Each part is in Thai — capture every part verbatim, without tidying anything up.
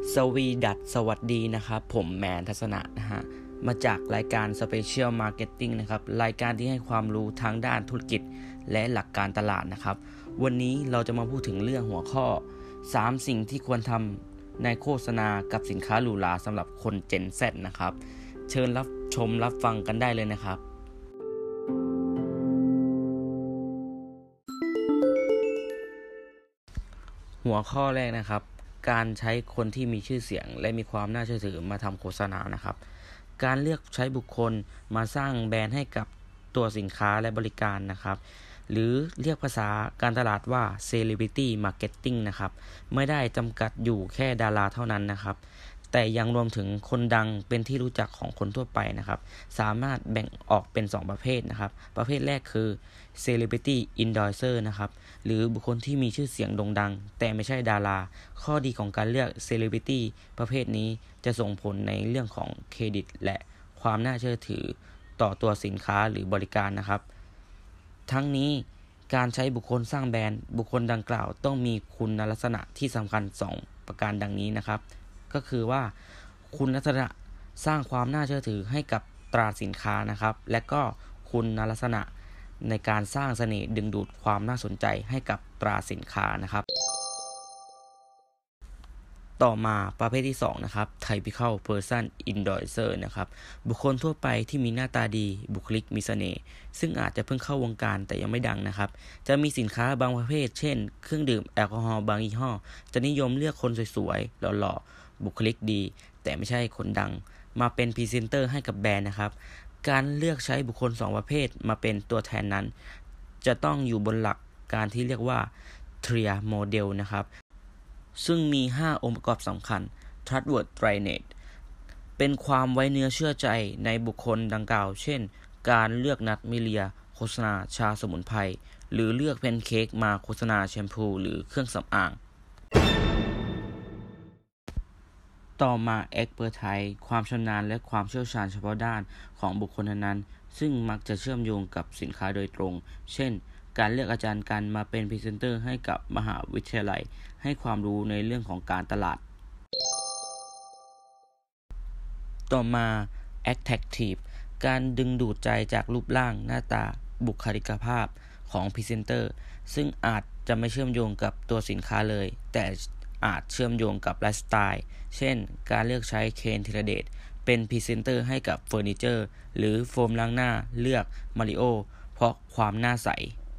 สวีดัสสวัสดีนะครับผมแมนทัศนะนะฮะมาจากรายการ Special Marketing นะครับรายการที่ให้ความรู้ทางด้านธุรกิจและหลักการตลาดนะครับวันนี้เราจะมาพูดถึงเรื่องหัวข้อสามสิ่งที่ควรทำในโฆษณากับสินค้าหรูหราสำหรับคน Gen Z นะครับเชิญรับชมรับฟังกันได้เลยนะครับหัวข้อแรกนะครับการใช้คนที่มีชื่อเสียงและมีความน่าเชื่อถือมาทำโฆษณานะครับการเลือกใช้บุคคลมาสร้างแบรนด์ให้กับตัวสินค้าและบริการนะครับหรือเรียกภาษาการตลาดว่า Celebrity Marketing นะครับไม่ได้จำกัดอยู่แค่ดาราเท่านั้นนะครับแต่ยังรวมถึงคนดังเป็นที่รู้จักของคนทั่วไปนะครับสามารถแบ่งออกเป็นสองประเภทนะครับประเภทแรกคือ Celebrity Endorser นะครับหรือบุคคลที่มีชื่อเสียงโด่งดังแต่ไม่ใช่ดาราข้อดีของการเลือก Celebrity ประเภทนี้จะส่งผลในเรื่องของเครดิตและความน่าเชื่อถือต่อตัวสินค้าหรือบริการนะครับทั้งนี้การใช้บุคคลสร้างแบรนด์บุคคลดังกล่าวต้องมีคุณลักษณะที่สำคัญสองประการดังนี้นะครับก็คือว่าคุณลักษณะสร้างความน่าเชื่อถือให้กับตราสินค้านะครับและก็คุณลักษณะในการสร้างเสน่ห์ดึงดูดความน่าสนใจให้กับตราสินค้านะครับต่อมาประเภทที่สองนะครับ Typical Person Endorser นะครับบุคคลทั่วไปที่มีหน้าตาดีบุคลิกมีเสน่ห์ซึ่งอาจจะเพิ่งเข้าวงการแต่ยังไม่ดังนะครับจะมีสินค้าบางประเภทเช่นเครื่องดื่มแอลกอฮอล์บางยี่ห้อจะนิยมเลือกคนสวยๆหล่อๆบุคลิกดีแต่ไม่ใช่คนดังมาเป็นพรีเซนเตอร์ให้กับแบรนด์นะครับการเลือกใช้บุคคลสองประเภทมาเป็นตัวแทนนั้นจะต้องอยู่บนหลักการที่เรียกว่า Triad Model นะครับซึ่งมีห้าองค์ประกอบสำคัญ Trustworthiness เป็นความไว้เนื้อเชื่อใจในบุคคลดังกล่าวเช่นการเลือกนัดมิเลียโฆษณาชาสมุนไพรหรือเลือกแพนเค้กมาโฆษณาแชมพูหรือเครื่องสำอางต่อมา Expertise ความชำนาญและความเชี่ยวชาญเฉพาะด้านของบุคคลนั้นๆซึ่งมักจะเชื่อมโยงกับสินค้าโดยตรงเช่นการเลือกอาจารย์กันมาเป็นพรีเซนเตอร์ให้กับมหาวิทยาลัยให้ความรู้ในเรื่องของการตลาดต่อมา Attractive การดึงดูดใจจากรูปร่างหน้าตาบุคลิกภาพของพรีเซนเตอร์ซึ่งอาจจะไม่เชื่อมโยงกับตัวสินค้าเลยแต่อาจเชื่อมโยงกับไลฟ์สไตล์เช่นการเลือกใช้เคนธีรเดชเป็นพรีเซนเตอร์ให้กับเฟอร์นิเจอร์หรือโฟมล้างหน้าเลือกมาริโอเพราะความน่าใส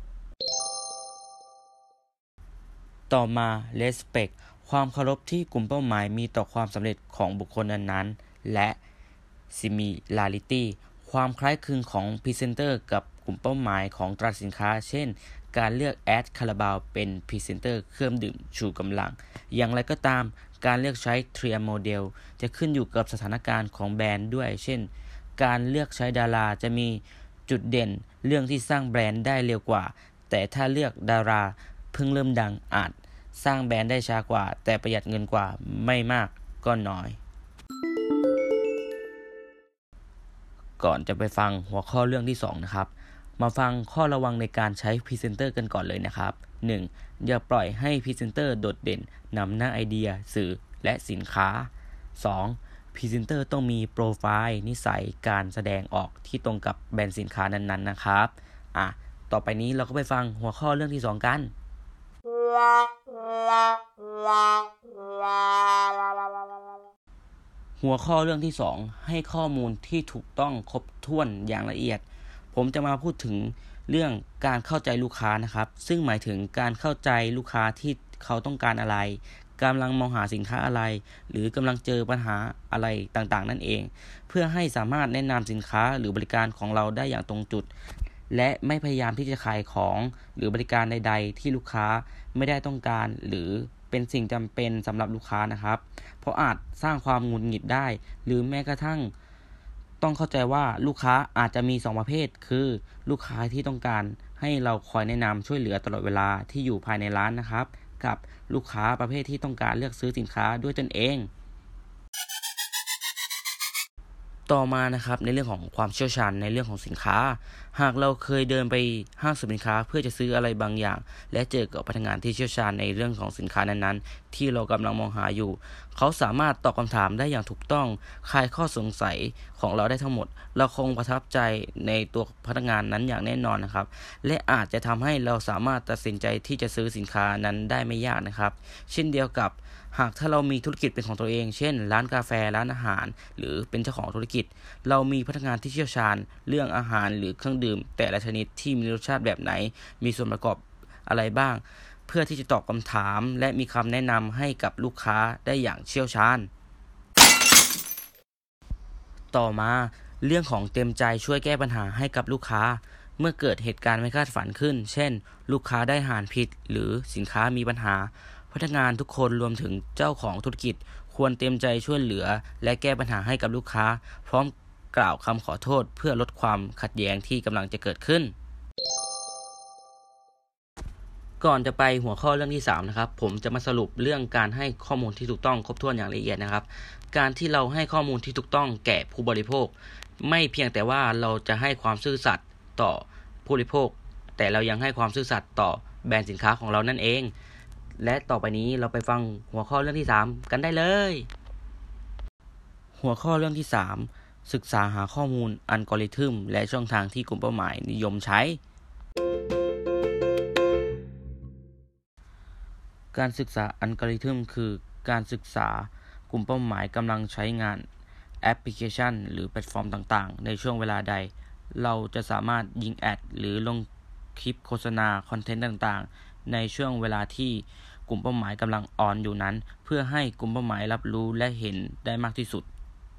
ต่อมา Respect ความเคารพที่กลุ่มเป้าหมายมีต่อความสำเร็จของบุคคลนั้นๆและ Similarity ความคล้ายคลึงของพรีเซนเตอร์กับกลุ่มเป้าหมายของตราสินค้าเช่นการเลือกแอดคาราบาวเป็นพรีเซนเตอร์เครื่องดื่มชูกำลังอย่างไรก็ตามการเลือกใช้ Triad Model จะขึ้นอยู่กับสถานการณ์ของแบรนด์ด้วยเช่นการเลือกใช้ดาราจะมีจุดเด่นเรื่องที่สร้างแบรนด์ได้เร็วกว่าแต่ถ้าเลือกดาราเพิ่งเริ่มดังอาจสร้างแบรนด์ได้ช้ากว่าแต่ประหยัดเงินกว่าไม่มากก็น้อยก่อนจะไปฟังหัวข้อเรื่องที่สองนะครับมาฟังข้อระวังในการใช้พรีเซนเตอร์กันก่อนเลยนะครับ หนึ่ง. อย่าปล่อยให้พรีเซนเตอร์โดดเด่นนำหน้าไอเดียสื่อและสินค้า สอง. พรีเซนเตอร์ต้องมีโปรไฟล์นิสัยการแสดงออกที่ตรงกับแบรนด์สินค้านั้นๆนะครับอ่ะต่อไปนี้เราก็ไปฟังหัวข้อเรื่องที่สองกันหัวข้อเรื่องที่สองให้ข้อมูลที่ถูกต้องครบถ้วนอย่างละเอียดผมจะมาพูดถึงเรื่องการเข้าใจลูกค้านะครับซึ่งหมายถึงการเข้าใจลูกค้าที่เขาต้องการอะไรกำลังมองหาสินค้าอะไรหรือกำลังเจอปัญหาอะไรต่างๆนั่นเองเพื่อให้สามารถแนะนำสินค้าหรือบริการของเราได้อย่างตรงจุดและไม่พยายามที่จะขายของหรือบริการใดๆที่ลูกค้าไม่ได้ต้องการหรือเป็นสิ่งจำเป็นสำหรับลูกค้านะครับเพราะอาจสร้างความหงุดหงิดได้หรือแม้กระทั่งต้องเข้าใจว่าลูกค้าอาจจะมีสองประเภทคือลูกค้าที่ต้องการให้เราคอยแนะนำช่วยเหลือตลอดเวลาที่อยู่ภายในร้านนะครับกับลูกค้าประเภทที่ต้องการเลือกซื้อสินค้าด้วยตนเองต่อมานะครับในเรื่องของความเชี่ยวชาญในเรื่องของสินค้าหากเราเคยเดินไปห้างสรรพสินค้าเพื่อจะซื้ออะไรบางอย่างและเจอกับพนักงานที่เชี่ยวชาญในเรื่องของสินค้านั้นๆที่เรากำลังมองหาอยู่เขาสามารถตอบคำถามได้อย่างถูกต้องคลายข้อสงสัยของเราได้ทั้งหมดเราคงประทับใจในตัวพนักงานนั้นอย่างแน่นอนนะครับและอาจจะทำให้เราสามารถตัดสินใจที่จะซื้อสินค้านั้นได้ไม่ยากนะครับเช่นเดียวกับหากถ้าเรามีธุรกิจเป็นของตัวเองเช่นร้านกาแฟร้านอาหารหรือเป็นเจ้าของธุรกิจเรามีพนักงานที่เชี่ยวชาญเรื่องอาหารหรือเครื่องดื่มแต่ละชนิดที่มีรสชาติแบบไหนมีส่วนประกอบอะไรบ้างเพื่อที่จะตอบคำถามและมีคำแนะนำให้กับลูกค้าได้อย่างเชี่ยวชาญต่อมาเรื่องของเต็มใจช่วยแก้ปัญหาให้กับลูกค้าเมื่อเกิดเหตุการณ์ไม่คาดฝันขึ้นเช่นลูกค้าได้อาหารผิดหรือสินค้ามีปัญหาพนักงานทุกคนรวมถึงเจ้าของธุรกิจควรเต็มใจช่วยเหลือและแก้ปัญหาให้กับลูกค้าพร้อมกล่าวคำขอโทษเพื่อลดความขัดแย้งที่กำลังจะเกิดขึ้นก่อนจะไปหัวข้อเรื่องที่สามนะครับผมจะมาสรุปเรื่องการให้ข้อมูลที่ถูกต้องครบถ้วนอย่างละเอียดนะครับการที่เราให้ข้อมูลที่ถูกต้องแก่ผู้บริโภคไม่เพียงแต่ว่าเราจะให้ความซื่อสัตย์ต่อผู้บริโภคแต่เรายังให้ความซื่อสัตย์ต่อแบรนด์สินค้าของเรานั่นเองและต่อไปนี้เราไปฟังหัวข้อเรื่องที่สามกันได้เลยหัวข้อเรื่องที่สามศึกษาหาข้อมูลอัลกอริทึมและช่องทางที่กลุ่มเป้าหมายนิยมใช้การศึกษาอัลกอริทึมคือการศึกษากลุ่มเป้าหมายกำลังใช้งานแอปพลิเคชันหรือแพลตฟอร์มต่างๆในช่วงเวลาใดเราจะสามารถยิงแอดหรือลงคลิปโฆษณาคอนเทนต์ต่างๆในช่วงเวลาที่กลุ่มเป้าหมายกำลังออนอยู่นั้นเพื่อให้กลุ่มเป้าหมายรับรู้และเห็นได้มากที่สุด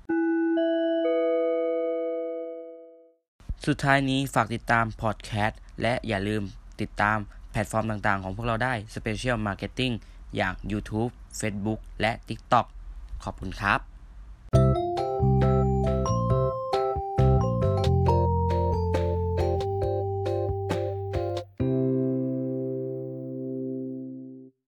สุดท้ายนี้ฝากติดตามพอดแคสต์และอย่าลืมติดตามแพลตฟอร์มต่างๆของพวกเราได้ Special Marketing อย่าง YouTube Facebook และ TikTok ขอบคุณครับ